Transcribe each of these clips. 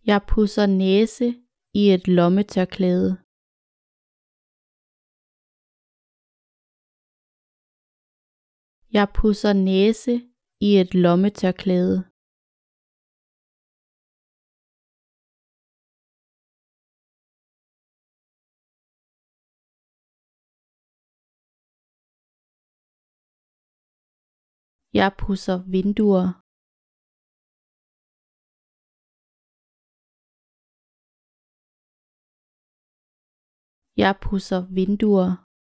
Jeg pudser næse i et lommetørklæde. Jeg pudser næse i et lommetørklæde. Jeg pudser vinduer. Jeg pudser vinduer.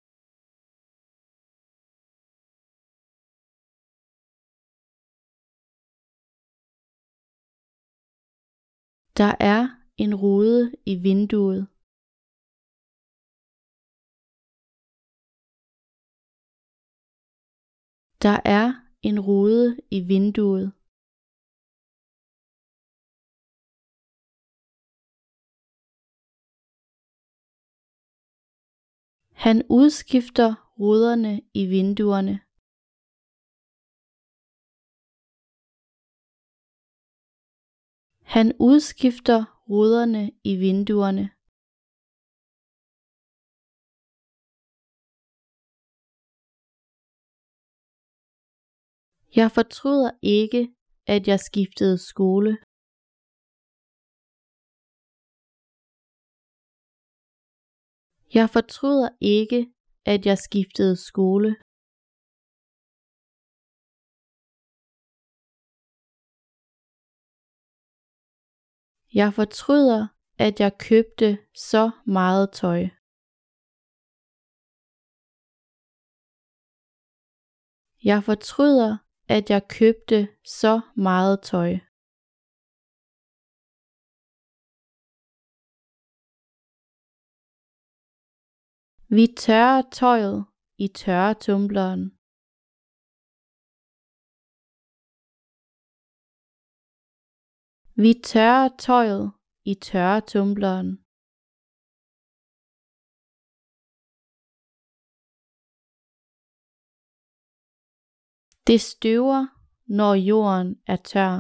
Der er en rude i vinduet. Der er en rude i vinduet. Han udskifter ruderne i vinduerne. Han udskifter ruderne i vinduerne. Jeg fortryder ikke, at jeg skiftede skole. Jeg fortryder ikke, at jeg skiftede skole. Jeg fortryder, at jeg købte så meget tøj. Jeg fortryder, at jeg købte så meget tøj. Vi tørrer tøjet i tørretumbleren. Vi tørrer tøjet i tørretumbleren. Det støver, når jorden er tør.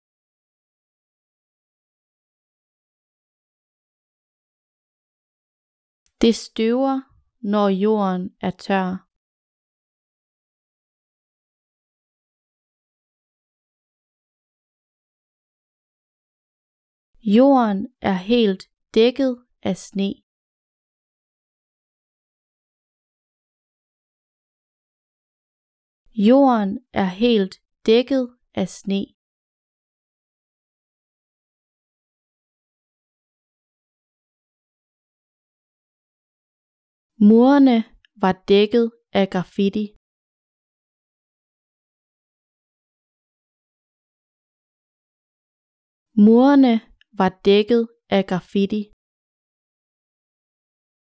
Det støver, når jorden er tør. Jorden er helt dækket af sne. Jorden er helt dækket af sne. Murene var dækket af graffiti. Murene var dækket af graffiti.